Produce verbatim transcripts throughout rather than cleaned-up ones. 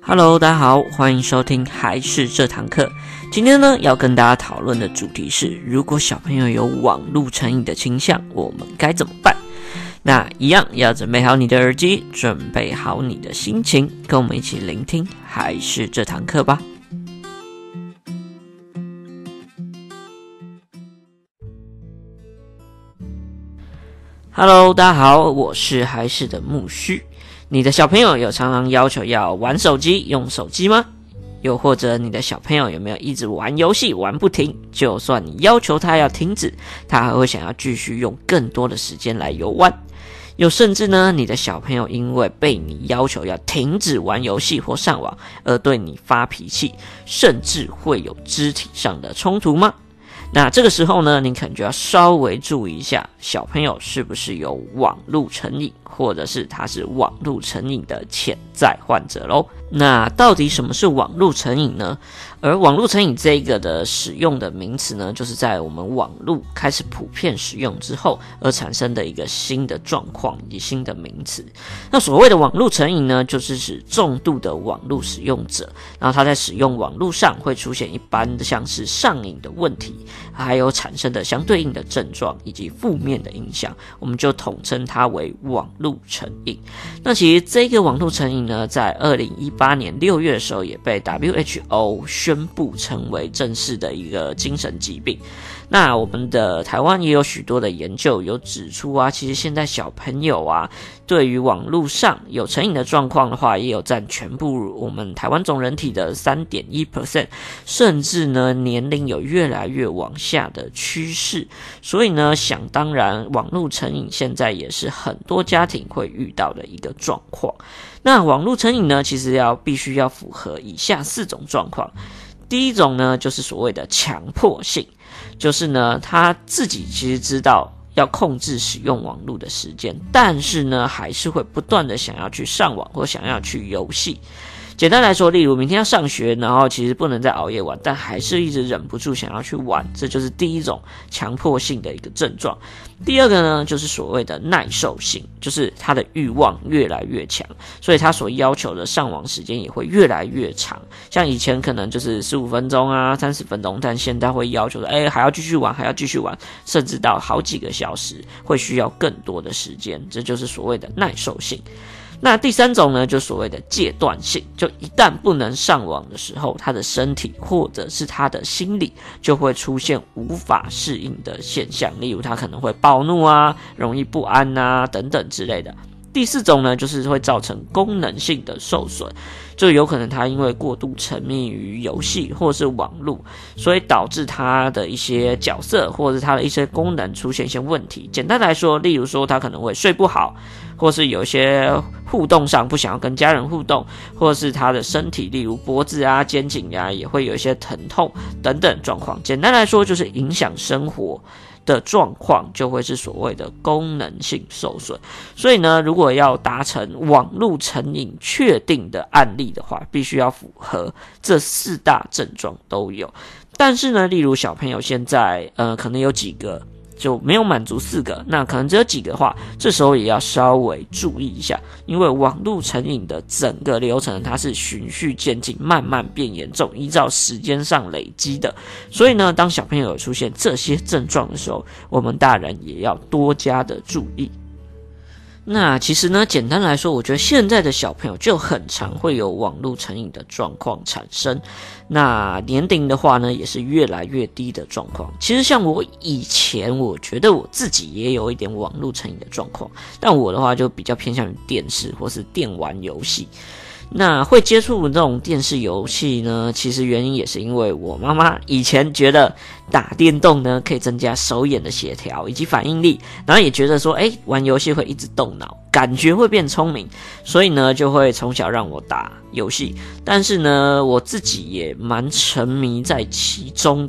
Hello， 大家好，欢迎收听还是这堂课。今天呢，要跟大家讨论的主题是，如果小朋友有网络成瘾的倾向，我们该怎么办？那一样要准备好你的耳机，准备好你的心情，跟我们一起聆听还是这堂课吧。Hello， 大家好，我是还是的木须。你的小朋友有常常要求要玩手机、用手机吗？又或者你的小朋友有没有一直玩游戏玩不停？就算你要求他要停止，他还会想要继续用更多的时间来游玩。又甚至呢，你的小朋友因为被你要求要停止玩游戏或上网，而对你发脾气，甚至会有肢体上的冲突吗？那这个时候呢，你可能就要稍微注意一下，小朋友是不是有网络成瘾，或者是他是网络成瘾的潜在患者咯。那到底什么是网络成瘾呢？而网络成瘾这个的使用的名词呢，就是在我们网络开始普遍使用之后而产生的一个新的状况以及新的名词。那所谓的网络成瘾呢，就是指重度的网络使用者，然后他在使用网络上会出现一般的像是上瘾的问题，还有产生的相对应的症状以及负面的影响，我们就统称它为网络成瘾。那其实这个网络成瘾呢，在二零一八年六月的时候也被 W H O 宣布成为正式的一个精神疾病。那我们的台湾也有许多的研究有指出啊，其实现在小朋友啊，对于网络上有成瘾的状况的话，也有占全部我们台湾总人体的 百分之三点一， 甚至呢年龄有越来越往下的趋势。所以呢，想当然网络成瘾现在也是很多家庭会遇到的一个状况。那网络成瘾呢，其实要必须要符合以下四种状况。第一种呢，就是所谓的强迫性，就是呢他自己其实知道要控制使用网络的时间，但是呢还是会不断的想要去上网或想要去游戏。简单来说，例如明天要上学，然后其实不能再熬夜玩，但还是一直忍不住想要去玩，这就是第一种强迫性的一个症状。第二个呢，就是所谓的耐受性，就是他的欲望越来越强，所以他所要求的上网时间也会越来越长。像以前可能就是十五分钟啊、三十分钟，但现在会要求的，哎，还要继续玩，还要继续玩，甚至到好几个小时，会需要更多的时间，这就是所谓的耐受性。那第三种呢，就所谓的戒断性，就一旦不能上网的时候，他的身体或者是他的心理就会出现无法适应的现象，例如他可能会暴怒啊、容易不安啊等等之类的。第四种呢，就是会造成功能性的受损，就有可能他因为过度沉迷于游戏或是网络，所以导致他的一些角色或是他的一些功能出现一些问题。简单来说，例如说他可能会睡不好，或是有一些互动上不想要跟家人互动，或是他的身体例如脖子啊、肩颈啊也会有一些疼痛等等状况。简单来说，就是影响生活的状况就会是所谓的功能性受损。所以呢，如果要达成网络成瘾确定的案例的话，必须要符合这四大症状都有。但是呢，例如小朋友现在呃可能有几个就没有满足四个，那可能只有几个的话，这时候也要稍微注意一下，因为网络成瘾的整个流程它是循序渐进，慢慢变严重，依照时间上累积的。所以呢，当小朋友有出现这些症状的时候，我们大人也要多加的注意。那其实呢，简单来说，我觉得现在的小朋友就很常会有网络成瘾的状况产生。那年龄的话呢，也是越来越低的状况。其实像我以前，我觉得我自己也有一点网络成瘾的状况，但我的话就比较偏向于电视或是电玩游戏。那会接触这种电视游戏呢，其实原因也是因为我妈妈以前觉得打电动呢可以增加手眼的协调以及反应力，然后也觉得说，哎，玩游戏会一直动脑，感觉会变聪明，所以呢就会从小让我打游戏。但是呢，我自己也蛮沉迷在其中的，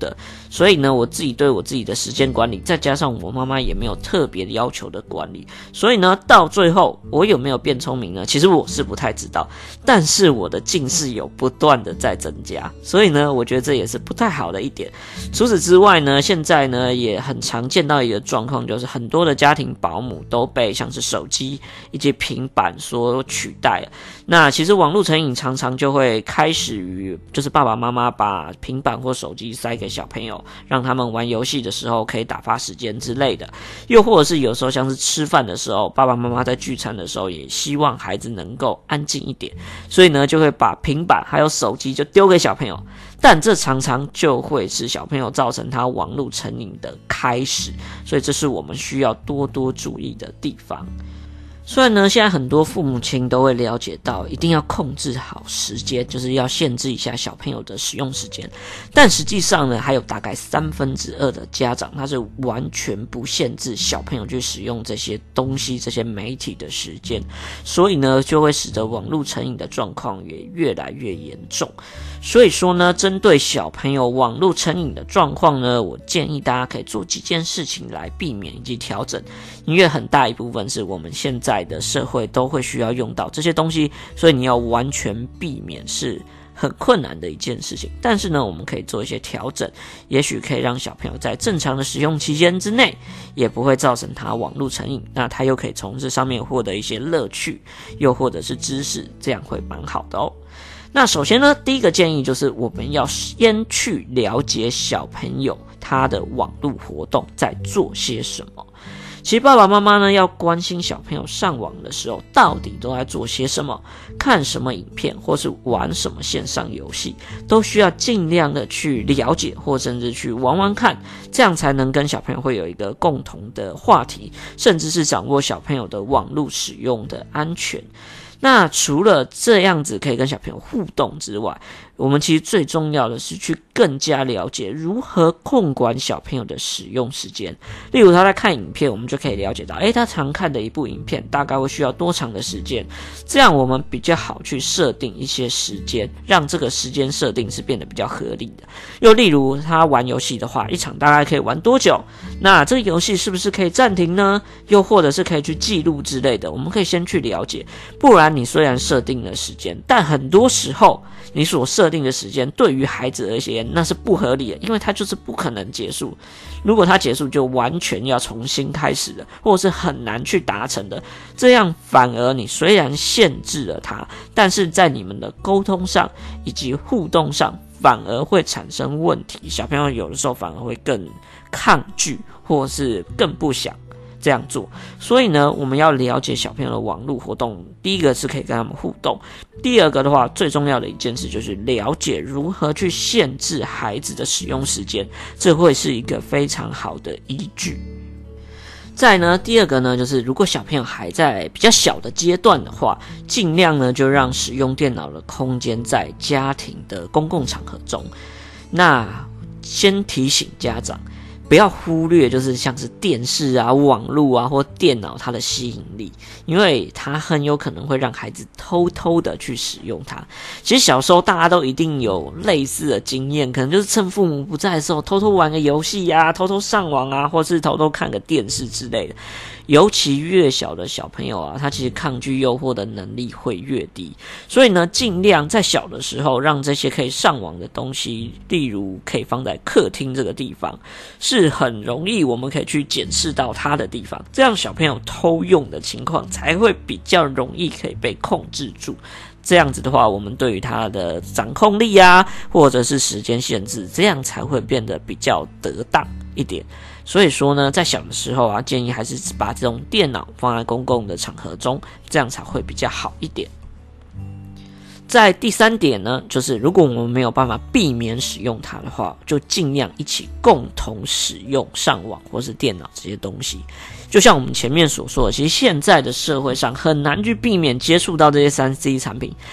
所以呢，我自己对我自己的时间管理，再加上我妈妈也没有特别要求的管理，所以呢，到最后我有没有变聪明呢？其实我是不太知道，但是我的近视有不断的在增加，所以呢，我觉得这也是不太好的一点。除此之外呢，现在呢也很常见到一个状况，就是很多的家庭保姆都被像是手机以及平板所取代了。那其实网络成瘾常常就会开始于，就是爸爸妈妈把平板或手机塞给小朋友，让他们玩游戏的时候可以打发时间之类的，又或者是有时候像是吃饭的时候，爸爸妈妈在聚餐的时候也希望孩子能够安静一点，所以呢就会把平板还有手机就丢给小朋友，但这常常就会是小朋友造成他网络成瘾的开始，所以这是我们需要多多注意的地方。虽然呢，现在很多父母亲都会了解到一定要控制好时间，就是要限制一下小朋友的使用时间，但实际上呢，还有大概三分之二的家长他是完全不限制小朋友去使用这些东西、这些媒体的时间，所以呢，就会使得网络成瘾的状况也越来越严重。所以说呢，针对小朋友网络成瘾的状况呢，我建议大家可以做几件事情来避免以及调整，因为很大一部分是我们现在的社会都会需要用到这些东西，所以你要完全避免是很困难的一件事情。但是呢，我们可以做一些调整，也许可以让小朋友在正常的使用期间之内，也不会造成他网络成瘾，那他又可以从这上面获得一些乐趣，又或者是知识，这样会蛮好的哦。那首先呢，第一个建议就是我们要先去了解小朋友他的网络活动在做些什么。其实爸爸妈妈呢要关心小朋友上网的时候到底都在做些什么，看什么影片或是玩什么线上游戏，都需要尽量的去了解或甚至去玩玩看，这样才能跟小朋友会有一个共同的话题，甚至是掌握小朋友的网络使用的安全。那除了这样子可以跟小朋友互动之外，我们其实最重要的是去更加了解如何控管小朋友的使用时间。例如他在看影片，我们就可以了解到，诶，他常看的一部影片大概会需要多长的时间，这样我们比较好去设定一些时间，让这个时间设定是变得比较合理的。又例如他玩游戏的话，一场大概可以玩多久，那这个游戏是不是可以暂停呢？又或者是可以去记录之类的，我们可以先去了解。不然你虽然设定了时间，但很多时候你所设定的时间对于孩子而言那是不合理的，因为它就是不可能结束。如果它结束就完全要重新开始了，或者是很难去达成的，这样反而你虽然限制了它，但是在你们的沟通上以及互动上反而会产生问题，小朋友有的时候反而会更抗拒，或是更不想这样做。所以呢，我们要了解小朋友的网络活动，第一个是可以跟他们互动，第二个的话，最重要的一件事就是了解如何去限制孩子的使用时间，这会是一个非常好的依据。再呢，第二个呢，就是如果小朋友还在比较小的阶段的话，尽量呢就让使用电脑的空间在家庭的公共场合中。那先提醒家长，不要忽略就是像是电视啊、网络啊或电脑它的吸引力，因为它很有可能会让孩子偷偷的去使用它。其实小时候大家都一定有类似的经验，可能就是趁父母不在的时候偷偷玩个游戏啊，偷偷上网啊，或是偷偷看个电视之类的。尤其越小的小朋友啊，他其实抗拒诱惑的能力会越低，所以呢，尽量在小的时候让这些可以上网的东西，例如可以放在客厅这个地方，是很容易我们可以去检视到它的地方，这样小朋友偷用的情况才会比较容易可以被控制住。这样子的话，我们对于它的掌控力啊，或者是时间限制，这样才会变得比较得当一点。所以说呢，在小的时候啊，建议还是把这种电脑放在公共的场合中，这样才会比较好一点。在第三点呢，就是如果我们没有办法避免使用它的话，就尽量一起共同使用上网或是电脑这些东西。就像我们前面所说的，其实现在的社会上很难去避免接触到这些 三 C 产品。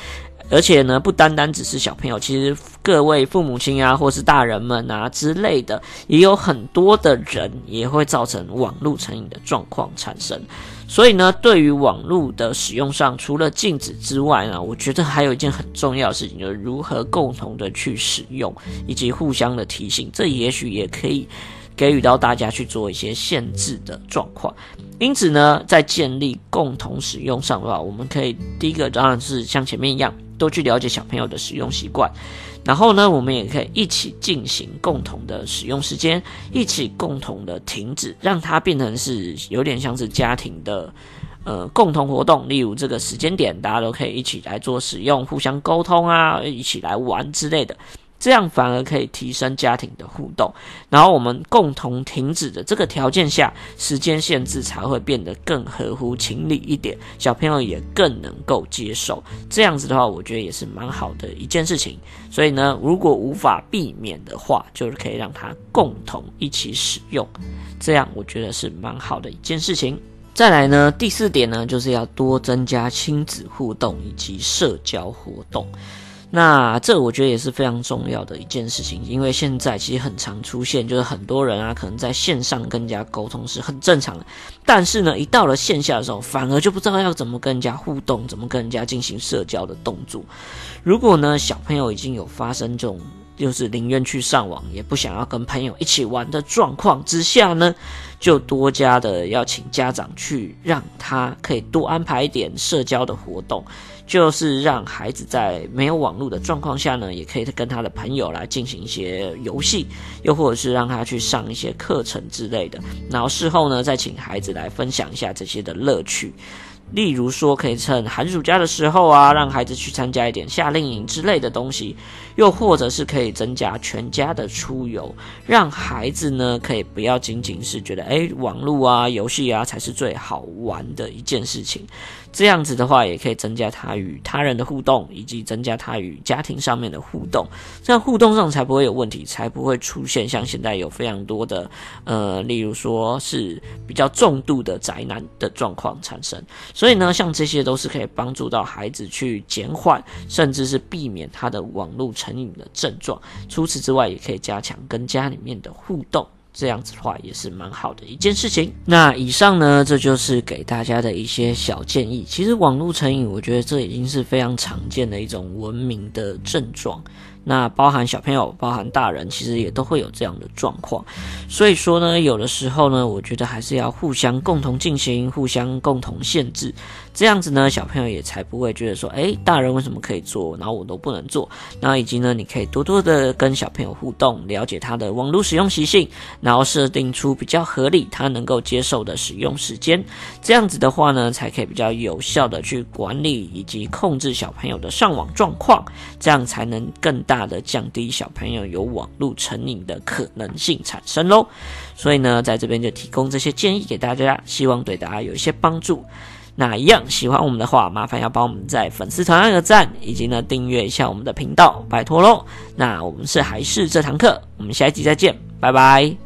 而且呢，不单单只是小朋友，其实各位父母亲啊，或是大人们啊之类的，也有很多的人也会造成网络成瘾的状况产生。所以呢，对于网络的使用上，除了禁止之外呢，我觉得还有一件很重要的事情，就是如何共同的去使用，以及互相的提醒。这也许也可以给予到大家去做一些限制的状况。因此呢，在建立共同使用上的话，我们可以第一个当然是像前面一样，多去了解小朋友的使用习惯。然后呢，我们也可以一起进行共同的使用时间，一起共同的停止，让它变成是有点像是家庭的呃共同活动。例如这个时间点，大家都可以一起来做使用，互相沟通啊，一起来玩之类的。这样反而可以提升家庭的互动，然后我们共同停止的这个条件下，时间限制才会变得更合乎情理一点，小朋友也更能够接受。这样子的话，我觉得也是蛮好的一件事情。所以呢，如果无法避免的话，就是可以让他共同一起使用，这样我觉得是蛮好的一件事情。再来呢，第四点呢，就是要多增加亲子互动以及社交活动。那这我觉得也是非常重要的一件事情，因为现在其实很常出现，就是很多人啊，可能在线上跟人家沟通是很正常的，但是呢，一到了线下的时候，反而就不知道要怎么跟人家互动，怎么跟人家进行社交的动作。如果呢，小朋友已经有发生这种就是宁愿去上网也不想要跟朋友一起玩的状况之下呢，就多加的要请家长去让他可以多安排一点社交的活动，就是让孩子在没有网络的状况下呢，也可以跟他的朋友来进行一些游戏，又或者是让他去上一些课程之类的，然后事后呢再请孩子来分享一下这些的乐趣。例如说可以趁寒暑假的时候啊，让孩子去参加一点夏令营之类的东西，又或者是可以增加全家的出游，让孩子呢可以不要仅仅是觉得诶网络啊游戏啊才是最好玩的一件事情。这样子的话也可以增加他与他人的互动，以及增加他与家庭上面的互动，这样互动上才不会有问题，才不会出现像现在有非常多的呃例如说是比较重度的宅男的状况产生。所以呢，像这些都是可以帮助到孩子去减缓，甚至是避免他的网络成瘾的症状。除此之外，也可以加强跟家里面的互动，这样子的话也是蛮好的一件事情。那以上呢，这就是给大家的一些小建议。其实网络成瘾，我觉得这已经是非常常见的一种文明的症状。那包含小朋友，包含大人，其实也都会有这样的状况。所以说呢，有的时候呢，我觉得还是要互相共同进行，互相共同限制，这样子呢，小朋友也才不会觉得说，诶，大人为什么可以做，然后我都不能做。然后以及呢，你可以多多的跟小朋友互动，了解他的网络使用习性，然后设定出比较合理他能够接受的使用时间。这样子的话呢，才可以比较有效的去管理以及控制小朋友的上网状况，这样才能更大大的降低小朋友有网络成瘾的可能性产生咯。所以呢，在这边就提供这些建议给大家，希望对大家有一些帮助。那一样喜欢我们的话，麻烦要帮我们在粉丝团按个赞，以及呢订阅一下我们的频道，拜托咯。那我们是还是这堂课，我们下一集再见，拜拜。